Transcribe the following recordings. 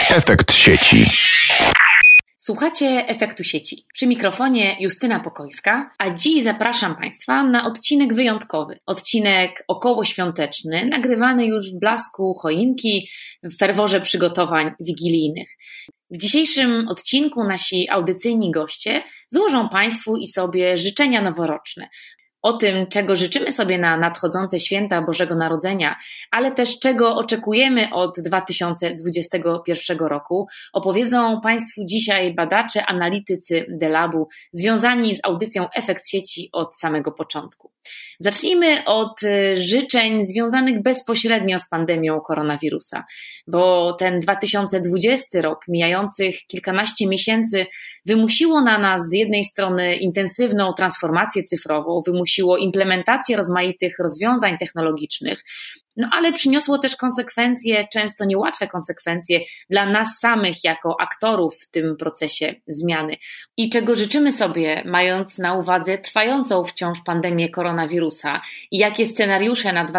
Efekt sieci. Słuchacie Efektu Sieci. Przy mikrofonie Justyna Pokojska, a dziś zapraszam Państwa na odcinek wyjątkowy. Odcinek okołoświąteczny, nagrywany już w blasku choinki, w ferworze przygotowań wigilijnych. W dzisiejszym odcinku nasi audycyjni goście złożą Państwu i sobie życzenia noworoczne. O tym, czego życzymy sobie na nadchodzące święta Bożego Narodzenia, ale też czego oczekujemy od 2021 roku, opowiedzą Państwu dzisiaj badacze, analitycy DELAB-u związani z audycją Efekt Sieci od samego początku. Zacznijmy od życzeń związanych bezpośrednio z pandemią koronawirusa, bo ten 2020 rok, mijających kilkanaście miesięcy, wymusiło na nas z jednej strony intensywną transformację cyfrową, wymusiło implementację rozmaitych rozwiązań technologicznych, ale przyniosło też konsekwencje, często niełatwe konsekwencje dla nas samych jako aktorów w tym procesie zmiany. I czego życzymy sobie, mając na uwadze trwającą wciąż pandemię koronawirusa i jakie scenariusze na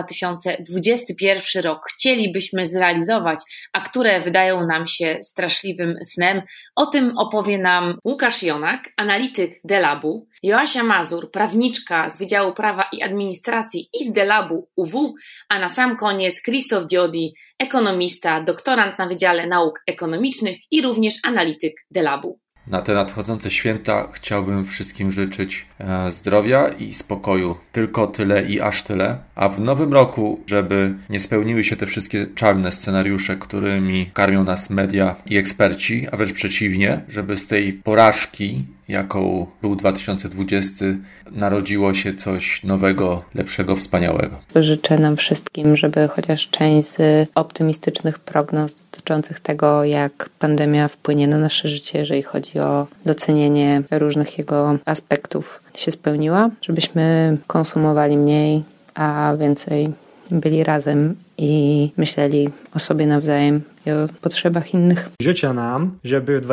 2021 rok chcielibyśmy zrealizować, a które wydają nam się straszliwym snem, o tym opowie nam Łukasz Jonak, analityk DELAB-u, Joasia Mazur, prawniczka z Wydziału Prawa i Administracji i z DELAB-u UW, a na sam koniec Krzysztof Dziody, ekonomista, doktorant na Wydziale Nauk Ekonomicznych i również analityk DELAB-u. Na te nadchodzące święta chciałbym wszystkim życzyć zdrowia i spokoju. Tylko tyle i aż tyle. A w nowym roku, żeby nie spełniły się te wszystkie czarne scenariusze, którymi karmią nas media i eksperci, a wręcz przeciwnie, żeby z tej porażki, jaką był 2020, narodziło się coś nowego, lepszego, wspaniałego. Życzę nam wszystkim, żeby chociaż część z optymistycznych prognoz dotyczących tego, jak pandemia wpłynie na nasze życie, jeżeli chodzi o docenienie różnych jego aspektów, się spełniła. Żebyśmy konsumowali mniej, a więcej byli razem i myśleli o sobie nawzajem i o potrzebach innych. Życzę nam, żeby w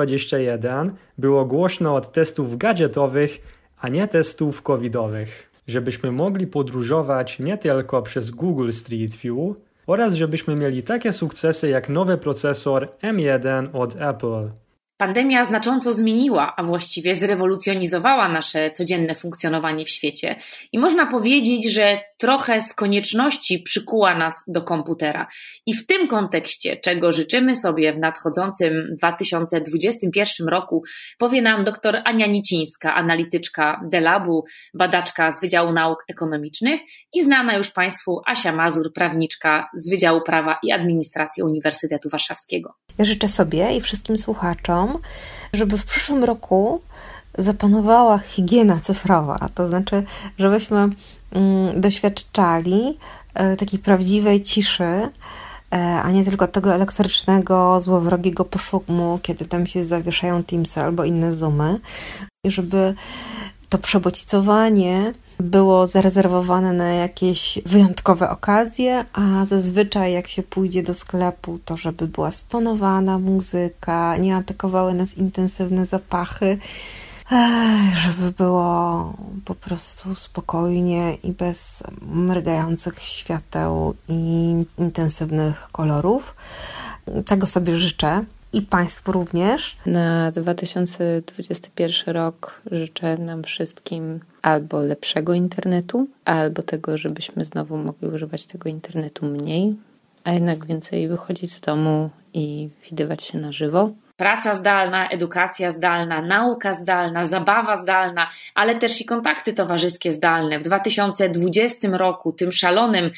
2021 było głośno od testów gadżetowych, a nie testów covidowych. Żebyśmy mogli podróżować nie tylko przez Google Street View oraz żebyśmy mieli takie sukcesy jak nowy procesor M1 od Apple. Pandemia znacząco zmieniła, a właściwie zrewolucjonizowała nasze codzienne funkcjonowanie w świecie i można powiedzieć, że trochę z konieczności przykuła nas do komputera. I w tym kontekście, czego życzymy sobie w nadchodzącym 2021 roku, powie nam dr Ania Nicińska, analityczka DELAB-u, badaczka z Wydziału Nauk Ekonomicznych i znana już Państwu Asia Mazur, prawniczka z Wydziału Prawa i Administracji Uniwersytetu Warszawskiego. Ja życzę sobie i wszystkim słuchaczom, żeby w przyszłym roku zapanowała higiena cyfrowa, to znaczy, żebyśmy doświadczali takiej prawdziwej ciszy, a nie tylko tego elektrycznego, złowrogiego poszumu, kiedy tam się zawieszają Teamsy albo inne Zoomy, i żeby to przebodźcowanie było zarezerwowane na jakieś wyjątkowe okazje, a zazwyczaj jak się pójdzie do sklepu, to żeby była stonowana muzyka, nie atakowały nas intensywne zapachy, żeby było po prostu spokojnie i bez mrygających świateł i intensywnych kolorów. Tego sobie życzę. I Państwu również. Na 2021 rok życzę nam wszystkim albo lepszego internetu, albo tego, żebyśmy znowu mogli używać tego internetu mniej, a jednak więcej wychodzić z domu i widywać się na żywo. Praca zdalna, edukacja zdalna, nauka zdalna, zabawa zdalna, ale też i kontakty towarzyskie zdalne. W 2020 roku, tym szalonym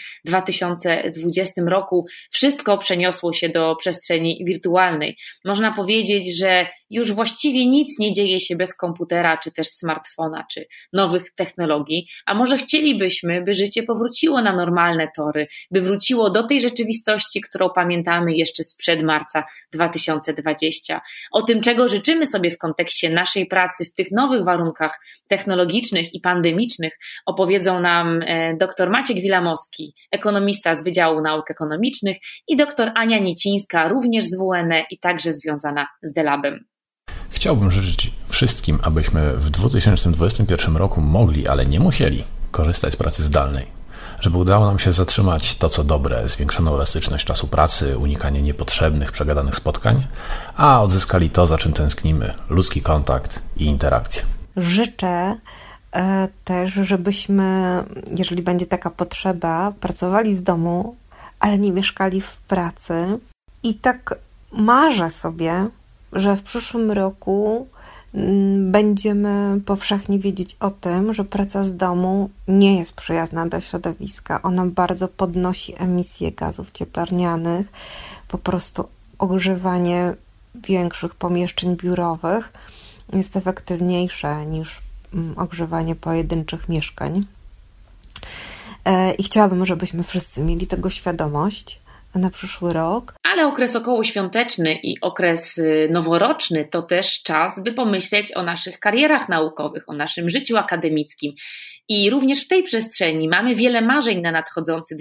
2020 roku, wszystko przeniosło się do przestrzeni wirtualnej. Można powiedzieć, że już właściwie nic nie dzieje się bez komputera, czy też smartfona, czy nowych technologii, a może chcielibyśmy, by życie powróciło na normalne tory, by wróciło do tej rzeczywistości, którą pamiętamy jeszcze sprzed marca 2020. O tym, czego życzymy sobie w kontekście naszej pracy w tych nowych warunkach technologicznych i pandemicznych, opowiedzą nam dr Maciek Wilamowski, ekonomista z Wydziału Nauk Ekonomicznych, i dr Ania Nicińska, również z WNE i także związana z DELAB-em. Chciałbym życzyć wszystkim, abyśmy w 2021 roku mogli, ale nie musieli korzystać z pracy zdalnej. żeby udało nam się zatrzymać to, co dobre, zwiększoną elastyczność czasu pracy, unikanie niepotrzebnych, przegadanych spotkań, a odzyskali to, za czym tęsknimy, ludzki kontakt i interakcje. Życzę też, żebyśmy, jeżeli będzie taka potrzeba, pracowali z domu, ale nie mieszkali w pracy. I tak marzę sobie, że w przyszłym roku będziemy powszechnie wiedzieć o tym, że praca z domu nie jest przyjazna dla środowiska. Ona bardzo podnosi emisję gazów cieplarnianych. Po prostu ogrzewanie większych pomieszczeń biurowych jest efektywniejsze niż ogrzewanie pojedynczych mieszkań. I chciałabym, żebyśmy wszyscy mieli tego świadomość na przyszły rok. Ale okres okołoświąteczny i okres noworoczny to też czas, by pomyśleć o naszych karierach naukowych, o naszym życiu akademickim. I również w tej przestrzeni mamy wiele marzeń na nadchodzący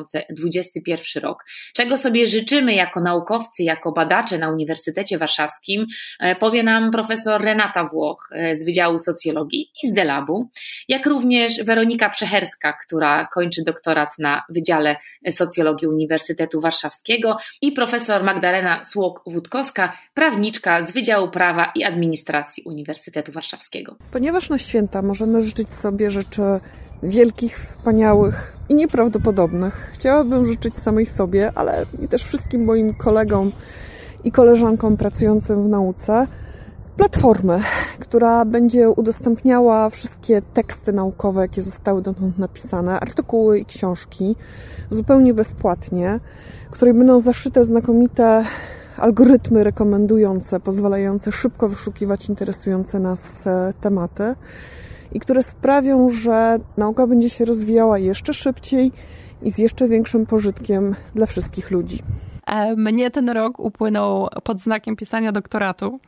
2021 rok. Czego sobie życzymy jako naukowcy, jako badacze na Uniwersytecie Warszawskim, powie nam profesor Renata Włoch z Wydziału Socjologii i z DELAB-u, jak również Weronika Przecherska, która kończy doktorat na Wydziale Socjologii Uniwersytetu Warszawskiego, i profesor Magdalena Słok-Wódkowska, prawniczka z Wydziału Prawa i Administracji Uniwersytetu Warszawskiego. Ponieważ na święta możemy życzyć sobie rzeczy wielkich, wspaniałych i nieprawdopodobnych, chciałabym życzyć samej sobie, ale i też wszystkim moim kolegom i koleżankom pracującym w nauce platformę, która będzie udostępniała wszystkie teksty naukowe, jakie zostały dotąd napisane, artykuły i książki zupełnie bezpłatnie, w której będą zaszyte znakomite algorytmy rekomendujące, pozwalające szybko wyszukiwać interesujące nas tematy i które sprawią, że nauka będzie się rozwijała jeszcze szybciej i z jeszcze większym pożytkiem dla wszystkich ludzi. Mnie ten rok upłynął pod znakiem pisania doktoratu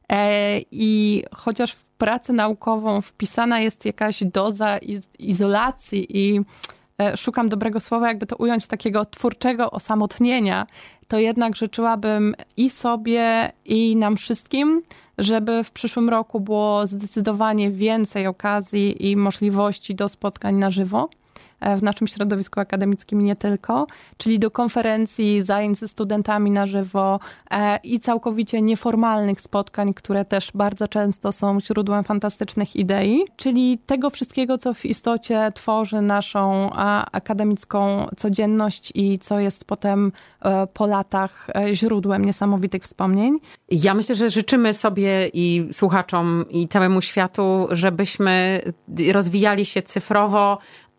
i chociaż w pracę naukową wpisana jest jakaś doza izolacji i szukam dobrego słowa, jakby to ująć, takiego twórczego osamotnienia, to jednak życzyłabym i sobie, i nam wszystkim, żeby w przyszłym roku było zdecydowanie więcej okazji i możliwości do spotkań na żywo w naszym środowisku akademickim, nie tylko, czyli do konferencji, zajęć ze studentami na żywo i całkowicie nieformalnych spotkań, które też bardzo często są źródłem fantastycznych idei, czyli tego wszystkiego, co w istocie tworzy naszą akademicką codzienność i co jest potem po latach źródłem niesamowitych wspomnień. Ja myślę, że życzymy sobie i słuchaczom i całemu światu, żebyśmy rozwijali się cyfrowo,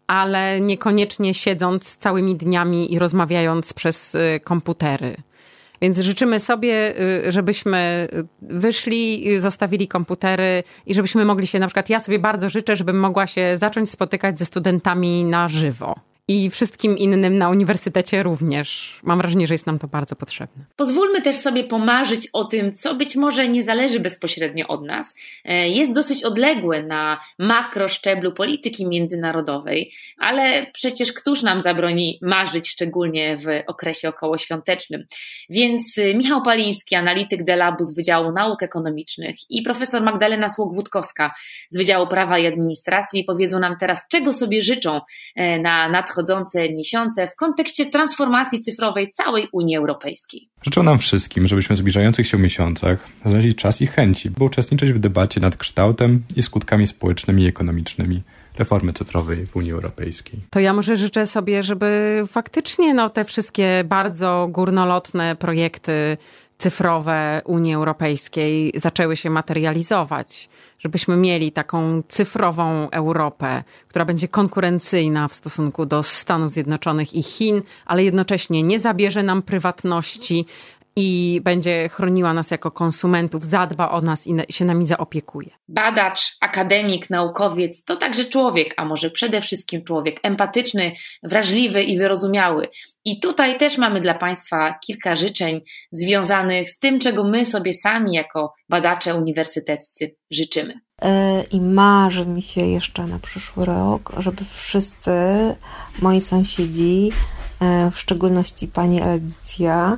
ale niekoniecznie siedząc całymi dniami i rozmawiając przez komputery. Więc życzymy sobie, żebyśmy wyszli, zostawili komputery i żebyśmy mogli się, na przykład ja sobie bardzo życzę, żebym mogła się zacząć spotykać ze studentami na żywo. I wszystkim innym na uniwersytecie również. Mam wrażenie, że jest nam to bardzo potrzebne. Pozwólmy też sobie pomarzyć o tym, co być może nie zależy bezpośrednio od nas. Jest dosyć odległe na makroszczeblu polityki międzynarodowej, ale przecież któż nam zabroni marzyć, szczególnie w okresie okołoświątecznym. Więc Michał Paliński, analityk DELAB-u z Wydziału Nauk Ekonomicznych, i profesor Magdalena Słok-Wódkowska z Wydziału Prawa i Administracji powiedzą nam teraz, czego sobie życzą na nadchodzące miesiące w kontekście transformacji cyfrowej całej Unii Europejskiej. Życzę nam wszystkim, żebyśmy w zbliżających się miesiącach znaleźli czas i chęci, by uczestniczyć w debacie nad kształtem i skutkami społecznymi i ekonomicznymi reformy cyfrowej w Unii Europejskiej. To ja może życzę sobie, żeby faktycznie te wszystkie bardzo górnolotne projekty cyfrowe Unii Europejskiej zaczęły się materializować. Żebyśmy mieli taką cyfrową Europę, która będzie konkurencyjna w stosunku do Stanów Zjednoczonych i Chin, ale jednocześnie nie zabierze nam prywatności i będzie chroniła nas jako konsumentów, zadba o nas i się nami zaopiekuje. Badacz, akademik, naukowiec to także człowiek, a może przede wszystkim człowiek empatyczny, wrażliwy i wyrozumiały. I tutaj też mamy dla Państwa kilka życzeń związanych z tym, czego my sobie sami jako badacze uniwersyteccy życzymy. I marzy mi się jeszcze na przyszły rok, żeby wszyscy moi sąsiedzi, w szczególności pani Alicja,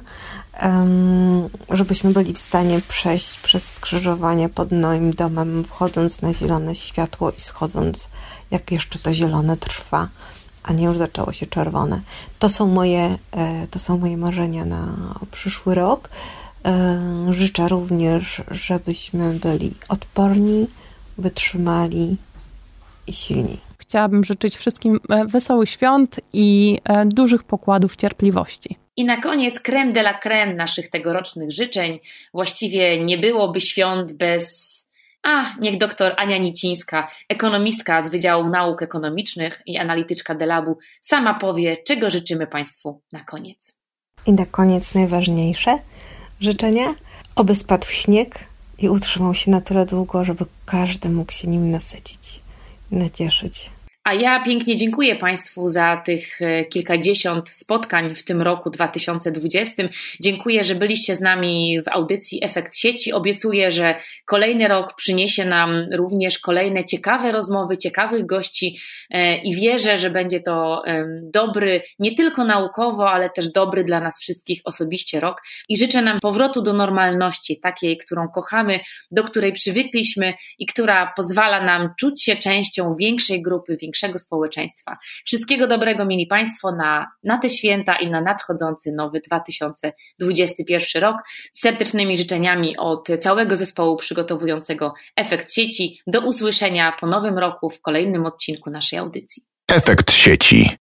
żebyśmy byli w stanie przejść przez skrzyżowanie pod moim domem, wchodząc na zielone światło i schodząc, jak jeszcze to zielone trwa. a nie już zaczęło się czerwone. To są moje marzenia na przyszły rok. Życzę również, żebyśmy byli odporni, wytrzymali i silni. Chciałabym życzyć wszystkim wesołych świąt i dużych pokładów cierpliwości. I na koniec crème de la crème naszych tegorocznych życzeń. Właściwie nie byłoby świąt bez... niech doktor Ania Nicińska, ekonomistka z Wydziału Nauk Ekonomicznych i analityczka Delabu, sama powie, czego życzymy Państwu na koniec. I na koniec najważniejsze życzenia. Oby spadł śnieg i utrzymał się na tyle długo, żeby każdy mógł się nim nasycić i nacieszyć. A ja pięknie dziękuję Państwu za tych kilkadziesiąt spotkań w tym roku 2020. Dziękuję, że byliście z nami w audycji Efekt Sieci. Obiecuję, że kolejny rok przyniesie nam również kolejne ciekawe rozmowy, ciekawych gości i wierzę, że będzie to dobry, nie tylko naukowo, ale też dobry dla nas wszystkich osobiście rok. I życzę nam powrotu do normalności, takiej, którą kochamy, do której przywykliśmy i która pozwala nam czuć się częścią większej grupy, większego społeczeństwa. Wszystkiego dobrego mieli Państwo na te święta i na nadchodzący nowy 2021 rok. Z serdecznymi życzeniami od całego zespołu przygotowującego Efekt Sieci. Do usłyszenia po nowym roku w kolejnym odcinku naszej audycji. Efekt Sieci.